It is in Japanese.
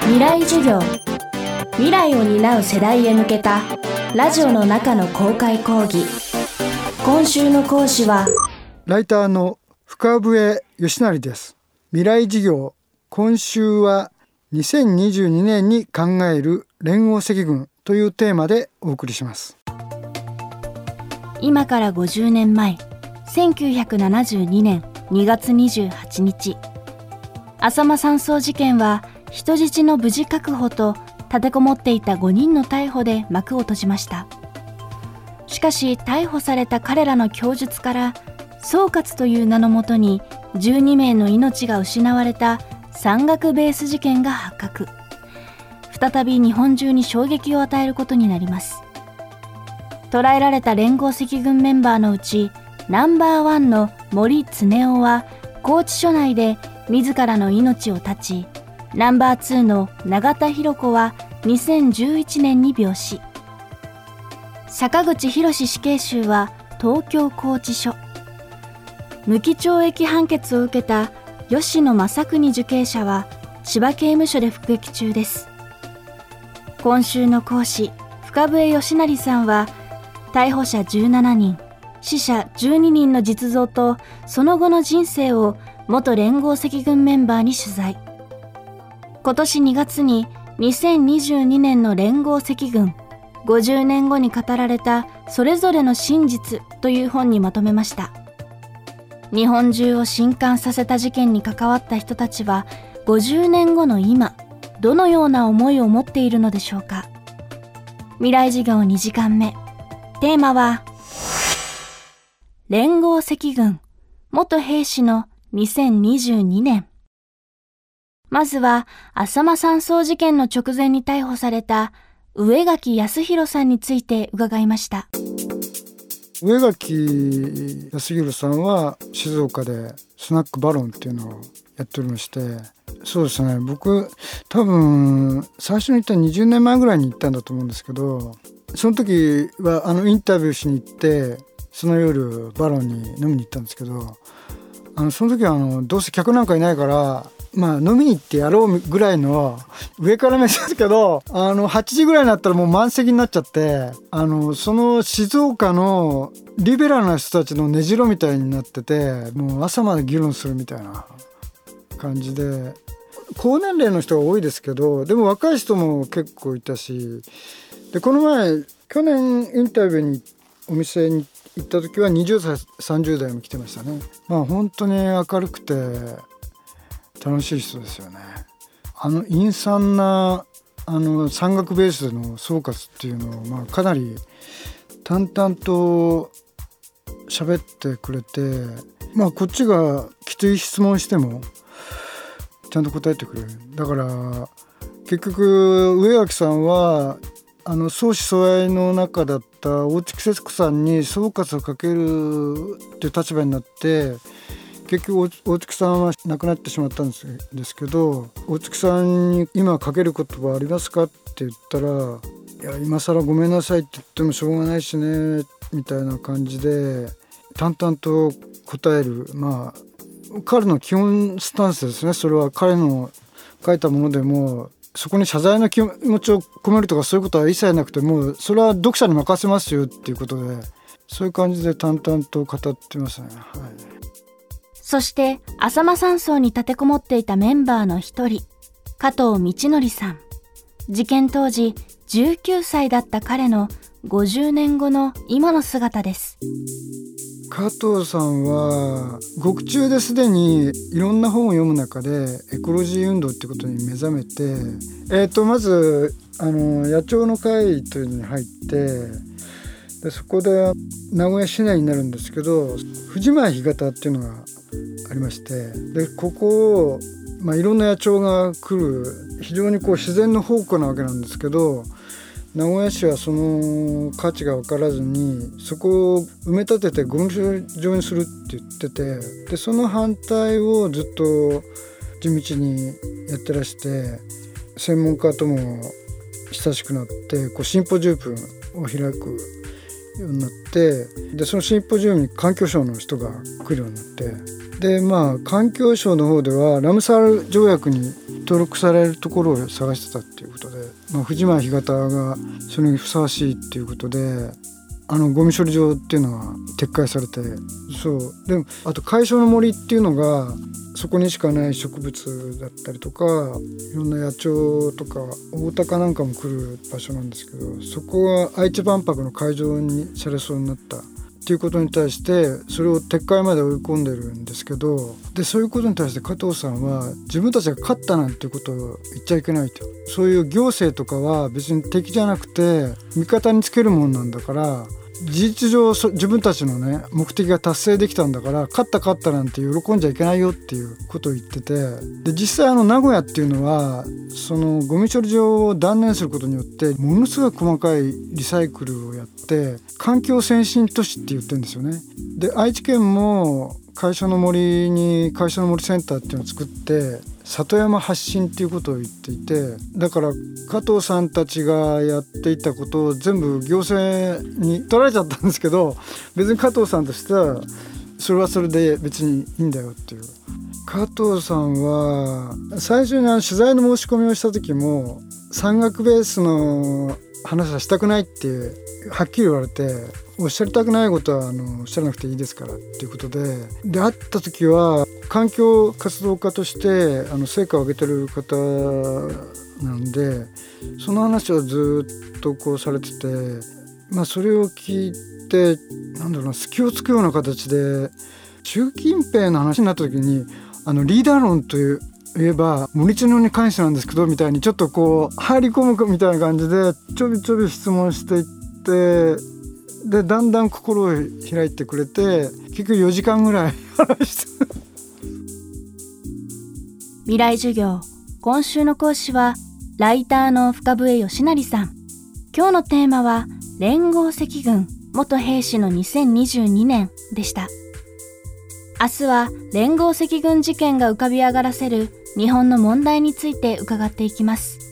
未来授業、未来を担う世代へ向けたラジオの中の公開講義。今週の講師はライターの深笛義成です。未来授業、今週は2022年に考える連合赤軍というテーマでお送りします。 今から50年前、1972年2月28日、浅間山荘事件は人質の無事確保と立てこもっていた5人の逮捕で幕を閉じました。しかし逮捕された彼らの供述から総括という名のもとに12名の命が失われた山岳ベース事件が発覚。再び日本中に衝撃を与えることになります。捕らえられた連合赤軍メンバーのうちナンバーワンの森恒夫は拘置所内で自らの命を絶ち、ナンバー2の永田博子は2011年に病死。坂口博死刑囚は東京拘置所。無期懲役判決を受けた吉野正邦受刑者は千葉刑務所で服役中です。今週の講師、深笛義成さんは逮捕者17人、死者12人の実像とその後の人生を元連合赤軍メンバーに取材。今年2月に2022年の連合赤軍50年後に語られたそれぞれの真実という本にまとめました。日本中を震撼させた事件に関わった人たちは50年後の今、どのような思いを持っているのでしょうか。未来授業2時間目、テーマは連合赤軍元兵士の2022年。まずは浅間山荘事件の直前に逮捕された上垣康弘さんについて伺いました。 上垣康弘さんは静岡でスナックバロンっていうのをやっておりまして、そうですね、僕多分最初に行った20年前ぐらいに行ったんだと思うんですけど、その時はインタビューしに行ってその夜バロンに飲みに行ったんですけど、その時はどうせ客なんかいないから飲みに行ってやろうぐらいの上から目線ですけど、8時ぐらいになったらもう満席になっちゃって、その静岡のリベラルな人たちの根城みたいになってて、もう朝まで議論するみたいな感じで、高年齢の人が多いですけど、でも若い人も結構いたし、でこの前去年インタビューにお店に行った時は20代30代も来てましたね。本当に明るくて楽しい人ですよね。陰惨な山岳ベースでの総括っていうのを、かなり淡々と喋ってくれて、こっちがきつい質問してもちゃんと答えてくれる。だから結局上垣さんは相思相愛の中だった大月節子さんに総括をかけるっていう立場になって、結局大月さんは亡くなってしまったんですけど、大月さんに今かける言葉ありますかって言ったら、いや今更ごめんなさいって言ってもしょうがないしねみたいな感じで淡々と答える。彼の基本スタンスですね。それは彼の書いたものでもそこに謝罪の気持ちを込めるとかそういうことは一切なくて、もうそれは読者に任せますよっていうことで、そういう感じで淡々と語ってますね。 そして浅間山荘に立てこもっていたメンバーの一人、加藤道則さん。事件当時19歳だった彼の50年後の今の姿です。 加藤さんは獄中ですでにいろんな本を読む中でエコロジー運動ってことに目覚めて、まず野鳥の会というのに入って、でそこで名古屋市内になるんですけど、藤前干潟っていうのがありまして、でここを、いろんな野鳥が来る非常に自然の宝庫なわけなんですけど、名古屋市はその価値が分からずにそこを埋め立ててゴルフ場にするって言ってて、でその反対をずっと地道にやってらして、専門家とも親しくなってシンポジウムを開くようになって、でそのシンポジウムに環境省の人が来るようになって、で環境省の方ではラムサール条約に登録されるところを探してたっていうことで、藤前干潟がそれにふさわしいっていうことで、ゴミ処理場っていうのは撤回されて、そうでもあと海藻の森っていうのがそこにしかない植物だったりとか、いろんな野鳥とかオオタカなんかも来る場所なんですけど、そこが愛知万博の会場にされそうになったっていうことに対してそれを撤回まで追い込んでるんですけど、でそういうことに対して加藤さんは自分たちが勝ったなんていうことを言っちゃいけないと。そういう行政とかは別に敵じゃなくて味方につけるもんなんだから、事実上自分たちのね目的が達成できたんだから勝ったなんて喜んじゃいけないよっていうことを言ってて、で実際名古屋っていうのはそのゴミ処理場を断念することによってものすごい細かいリサイクルをやって環境先進都市って言ってるんですよね。で愛知県も海藻の森に海藻の森センターっていうのを作って里山発信っていうことを言っていて、だから加藤さんたちがやっていたことを全部行政に取られちゃったんですけど、別に加藤さんとしてはそれはそれで別にいいんだよっていう。加藤さんは最初に取材の申し込みをした時も山岳ベースの話はしたくないってはっきり言われて、おっしゃりたくないことはおっしゃらなくていいですからっていうことで、会った時は環境活動家として成果を上げてる方なんで、その話をずっとこうされてて、それを聞いて隙をつくような形で習近平の話になった時にリーダー論という言えば森知野に関してなんですけどみたいにちょっとこう入り込むみたいな感じでちょびちょび質問していって、でだんだん心を開いてくれて結局4時間ぐらい話して未来授業、今週の講師はライターの深笛義成さん。今日のテーマは連合赤軍元兵士の2022年でした。明日は連合赤軍事件が浮かび上がらせる日本の問題について伺っていきます。